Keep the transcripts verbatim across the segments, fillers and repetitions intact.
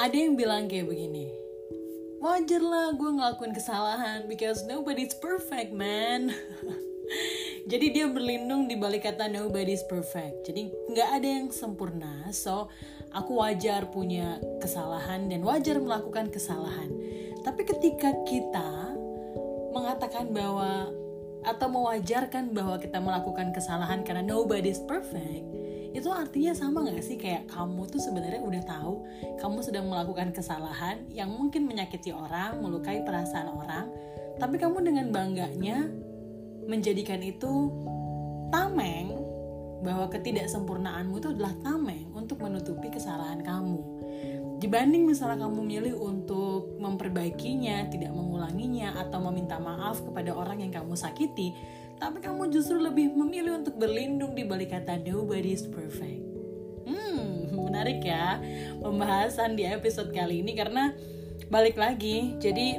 Ada yang bilang kayak begini, wajar lah gue ngelakuin kesalahan because nobody's perfect, man. Jadi dia berlindung di balik kata nobody's perfect. Jadi gak ada yang sempurna. So aku wajar punya kesalahan dan wajar melakukan kesalahan. Tapi ketika kita mengatakan bahwa atau mewajarkan bahwa kita melakukan kesalahan karena nobody's perfect, itu artinya sama gak sih kayak kamu tuh sebenarnya udah tahu kamu sedang melakukan kesalahan yang mungkin menyakiti orang, melukai perasaan orang, tapi kamu dengan bangganya menjadikan itu tameng, bahwa ketidaksempurnaanmu itu adalah tameng untuk menutupi kesalahan kamu. Dibanding misalnya kamu milih untuk memperbaikinya, tidak mengulanginya, atau meminta maaf kepada orang yang kamu sakiti, tapi kamu justru lebih memilih untuk berlindung di balik kata nobody's perfect. Hmm, menarik ya pembahasan di episode kali ini, karena balik lagi, jadi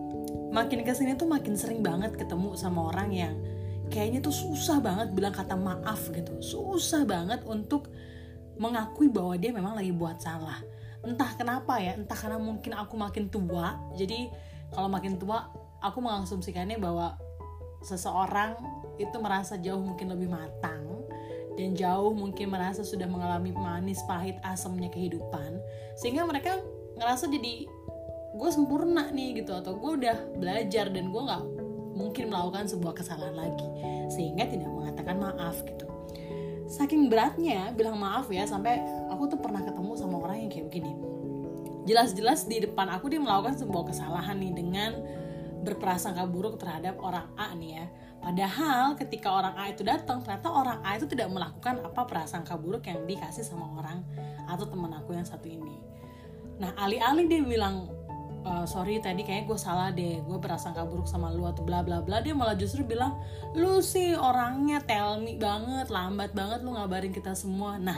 makin kesini tuh makin sering banget ketemu sama orang yang kayaknya tuh susah banget bilang kata maaf gitu. Susah banget untuk mengakui bahwa dia memang lagi buat salah. Entah kenapa ya, entah karena mungkin aku makin tua. Jadi kalau makin tua aku mengasumsikannya bahwa seseorang itu merasa jauh mungkin lebih matang dan jauh mungkin merasa sudah mengalami manis, pahit, asamnya kehidupan, sehingga mereka ngerasa jadi gue sempurna nih gitu, atau gue udah belajar dan gue gak mungkin melakukan sebuah kesalahan lagi, sehingga tidak mengatakan maaf gitu. Saking beratnya bilang maaf ya, sampai aku tuh pernah ketemu sama orang yang kayak begini. Jelas-jelas di depan aku dia melakukan sebuah kesalahan nih dengan berprasangka buruk terhadap orang A nih ya. Padahal ketika orang A itu datang, ternyata orang A itu tidak melakukan apa prasangka buruk yang dikasih sama orang atau teman aku yang satu ini. Nah, alih-alih dia bilang, Uh, sorry tadi kayaknya gue salah deh, gue berprasangka buruk sama lu atau bla bla bla, dia malah justru bilang, lu sih orangnya tell me banget, lambat banget lu ngabarin kita semua. Nah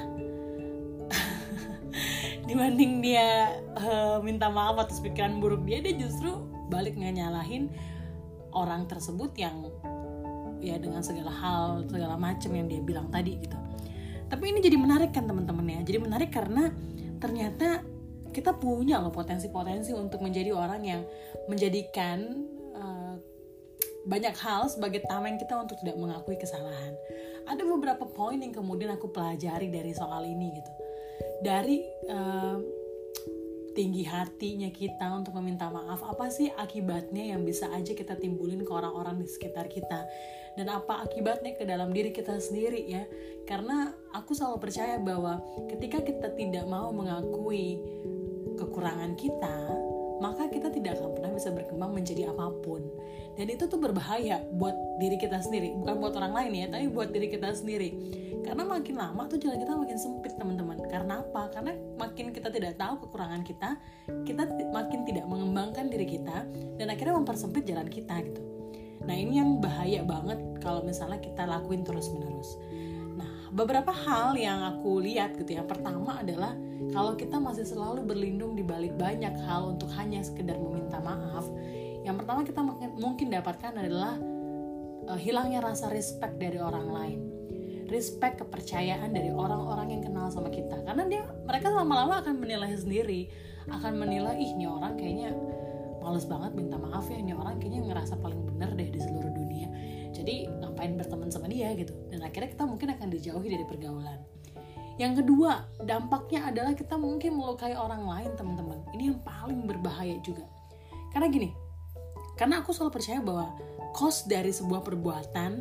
dibanding dia uh, minta maaf atas pikiran buruk dia, dia justru balik nyalahin orang tersebut yang ya dengan segala hal, segala macam yang dia bilang tadi gitu. Tapi ini jadi menarik kan teman-teman ya, jadi menarik karena ternyata kita punya loh potensi-potensi untuk menjadi orang yang menjadikan uh, banyak hal sebagai tameng kita untuk tidak mengakui kesalahan. Ada beberapa poin yang kemudian aku pelajari dari soal ini gitu. Dari uh, tinggi hatinya kita untuk meminta maaf, apa sih akibatnya yang bisa aja kita timbulin ke orang-orang di sekitar kita, dan apa akibatnya ke dalam diri kita sendiri ya. Karena aku selalu percaya bahwa ketika kita tidak mau mengakui kekurangan kita, maka kita tidak akan pernah bisa berkembang menjadi apapun. Dan itu tuh berbahaya buat diri kita sendiri, bukan buat orang lain ya, tapi buat diri kita sendiri. Karena makin lama tuh jalan kita makin sempit teman-teman. Karena apa? Karena makin kita tidak tahu kekurangan kita, kita t- makin tidak mengembangkan diri kita, dan akhirnya mempersempit jalan kita gitu. Nah ini yang bahaya banget kalau misalnya kita lakuin terus-menerus. Nah beberapa hal yang aku lihat gitu, yang pertama adalah kalau kita masih selalu berlindung di balik banyak hal untuk hanya sekedar meminta maaf, yang pertama kita mungkin dapatkan adalah uh, hilangnya rasa respect dari orang lain, respect, kepercayaan dari orang-orang yang kenal sama kita. Karena dia mereka lama-lama akan menilai sendiri, akan menilai ih ini orang kayaknya males banget minta maaf ya, ini orang kayaknya ngerasa paling benar deh di seluruh dunia, jadi ngapain berteman sama dia gitu. Dan akhirnya kita mungkin akan dijauhi dari pergaulan. Yang kedua, dampaknya adalah kita mungkin melukai orang lain teman-teman. Ini yang paling berbahaya juga. Karena gini, karena aku selalu percaya bahwa cost dari sebuah perbuatan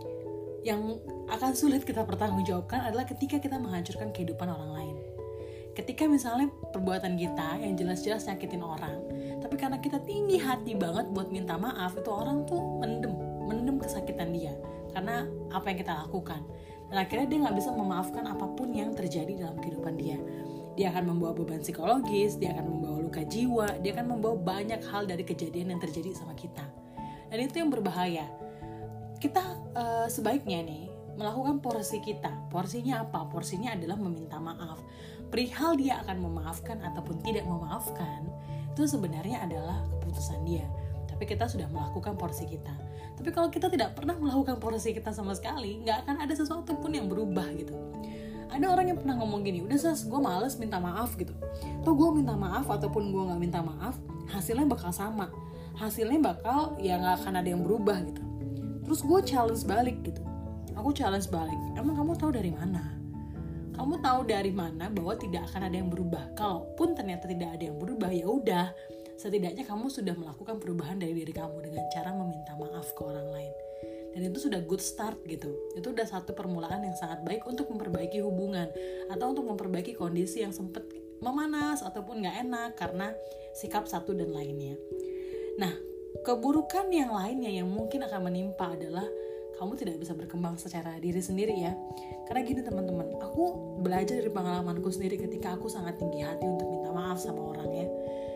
yang akan sulit kita pertanggungjawabkan adalah ketika kita menghancurkan kehidupan orang lain. Ketika misalnya perbuatan kita yang jelas-jelas nyakitin orang, tapi karena kita tinggi hati banget buat minta maaf, itu orang tuh mendem, mendem kesakitan dia karena apa yang kita lakukan. Dan akhirnya dia gak bisa memaafkan apapun yang terjadi dalam kehidupan dia. Dia akan membawa beban psikologis, dia akan membawa luka jiwa, dia akan membawa banyak hal dari kejadian yang terjadi sama kita. Dan itu yang berbahaya. Kita uh, sebaiknya nih melakukan porsi kita. Porsinya apa? Porsinya adalah meminta maaf. Perihal dia akan memaafkan ataupun tidak memaafkan, itu sebenarnya adalah keputusan dia. Tapi kita sudah melakukan porsi kita. Tapi kalau kita tidak pernah melakukan porsi kita sama sekali, nggak akan ada sesuatu pun yang berubah gitu. Ada orang yang pernah ngomong gini, udah Sas, gue males minta maaf gitu. Atau gue minta maaf ataupun gue gak minta maaf, hasilnya bakal sama. Hasilnya bakal ya gak akan ada yang berubah gitu. Terus gue challenge balik gitu. Aku challenge balik, emang kamu tahu dari mana? Kamu tahu dari mana bahwa tidak akan ada yang berubah? Kalaupun ternyata tidak ada yang berubah, ya udah, setidaknya kamu sudah melakukan perubahan dari diri kamu dengan cara meminta maaf ke orang lain. Dan itu sudah good start gitu. Itu udah satu permulaan yang sangat baik untuk memperbaiki hubungan atau untuk memperbaiki kondisi yang sempat memanas ataupun gak enak karena sikap satu dan lainnya. Nah, keburukan yang lainnya yang mungkin akan menimpa adalah kamu tidak bisa berkembang secara diri sendiri ya. Karena gini teman-teman, aku belajar dari pengalamanku sendiri ketika aku sangat tinggi hati untuk minta maaf sama orang ya.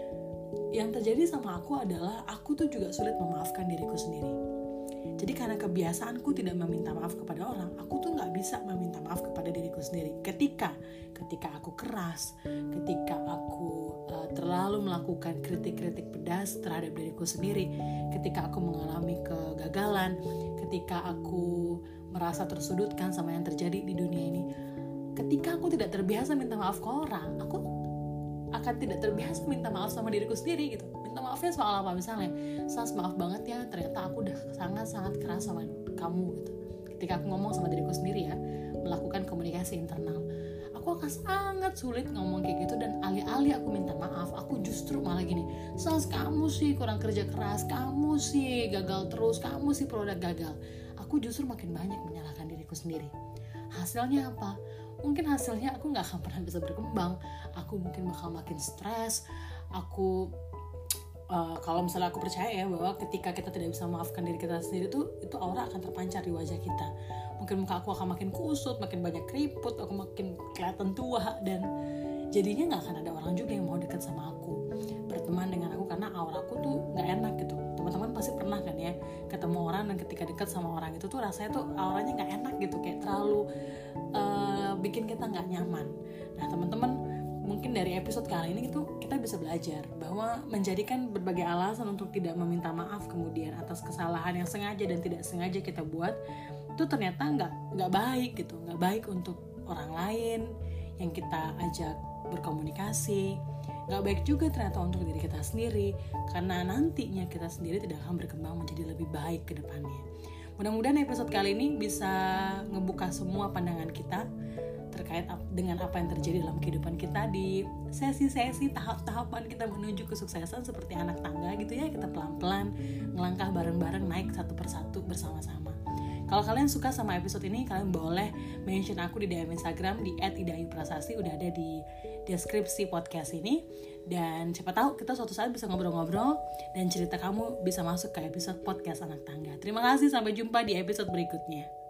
Yang terjadi sama aku adalah aku tuh juga sulit memaafkan diriku sendiri. Jadi karena kebiasaanku tidak meminta maaf kepada orang, aku tuh gak bisa meminta maaf kepada diriku sendiri. Ketika ketika aku keras, ketika aku uh, terlalu melakukan kritik-kritik pedas terhadap diriku sendiri, ketika aku mengalami kegagalan, ketika aku merasa tersudutkan sama yang terjadi di dunia ini, ketika aku tidak terbiasa minta maaf ke orang, aku akan tidak terbiasa minta maaf sama diriku sendiri gitu. Minta maafnya soal apa? Misalnya, Sas, maaf banget ya, ternyata aku udah sangat-sangat keras sama kamu gitu. Ketika aku ngomong sama diriku sendiri ya, melakukan komunikasi internal, aku akan sangat sulit ngomong kayak gitu. Dan alih-alih aku minta maaf, aku justru malah gini, Sas, kamu sih kurang kerja keras, kamu sih gagal terus, kamu sih produk gagal. Aku justru makin banyak menyalahkan diriku sendiri. Hasilnya apa? Mungkin hasilnya aku gak akan pernah bisa berkembang. Aku mungkin bakal makin stres. Aku Uh, kalau misalnya aku percaya ya bahwa ketika kita tidak bisa memaafkan diri kita sendiri tuh, itu aura akan terpancar di wajah kita. Mungkin muka aku akan makin kusut, makin banyak keriput, aku makin kelihatan tua, dan jadinya nggak akan ada orang juga yang mau dekat sama aku, berteman dengan aku, karena aura aku tuh nggak enak gitu. Teman-teman pasti pernah kan ya ketemu orang dan ketika dekat sama orang itu tuh rasanya tuh auranya nggak enak gitu, kayak terlalu uh, bikin kita nggak nyaman. Nah teman-teman, mungkin dari episode kali ini itu kita bisa belajar bahwa menjadikan berbagai alasan untuk tidak meminta maaf kemudian atas kesalahan yang sengaja dan tidak sengaja kita buat itu ternyata nggak nggak baik gitu, nggak baik untuk orang lain yang kita ajak berkomunikasi, nggak baik juga ternyata untuk diri kita sendiri, karena nantinya kita sendiri tidak akan berkembang menjadi lebih baik ke depannya. Mudah-mudahan episode kali ini bisa ngebuka semua pandangan kita terkait dengan apa yang terjadi dalam kehidupan kita di sesi-sesi tahap-tahapan kita menuju kesuksesan seperti anak tangga gitu ya. Kita pelan-pelan ngelangkah bareng-bareng naik satu persatu bersama-sama. Kalau kalian suka sama episode ini, kalian boleh mention aku di D M Instagram di et ida ayu prasasti, udah ada di deskripsi podcast ini. Dan siapa tahu kita suatu saat bisa ngobrol-ngobrol dan cerita kamu bisa masuk ke episode podcast anak tangga. Terima kasih, sampai jumpa di episode berikutnya.